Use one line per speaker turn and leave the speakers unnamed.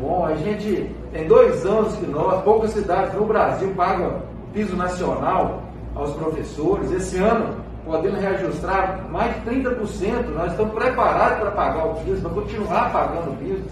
bom. A gente tem 2 anos que poucas cidades no Brasil pagam o piso nacional aos professores. Esse ano, podendo reajustar mais de 30%, nós estamos preparados para pagar o piso, para continuar pagando o piso.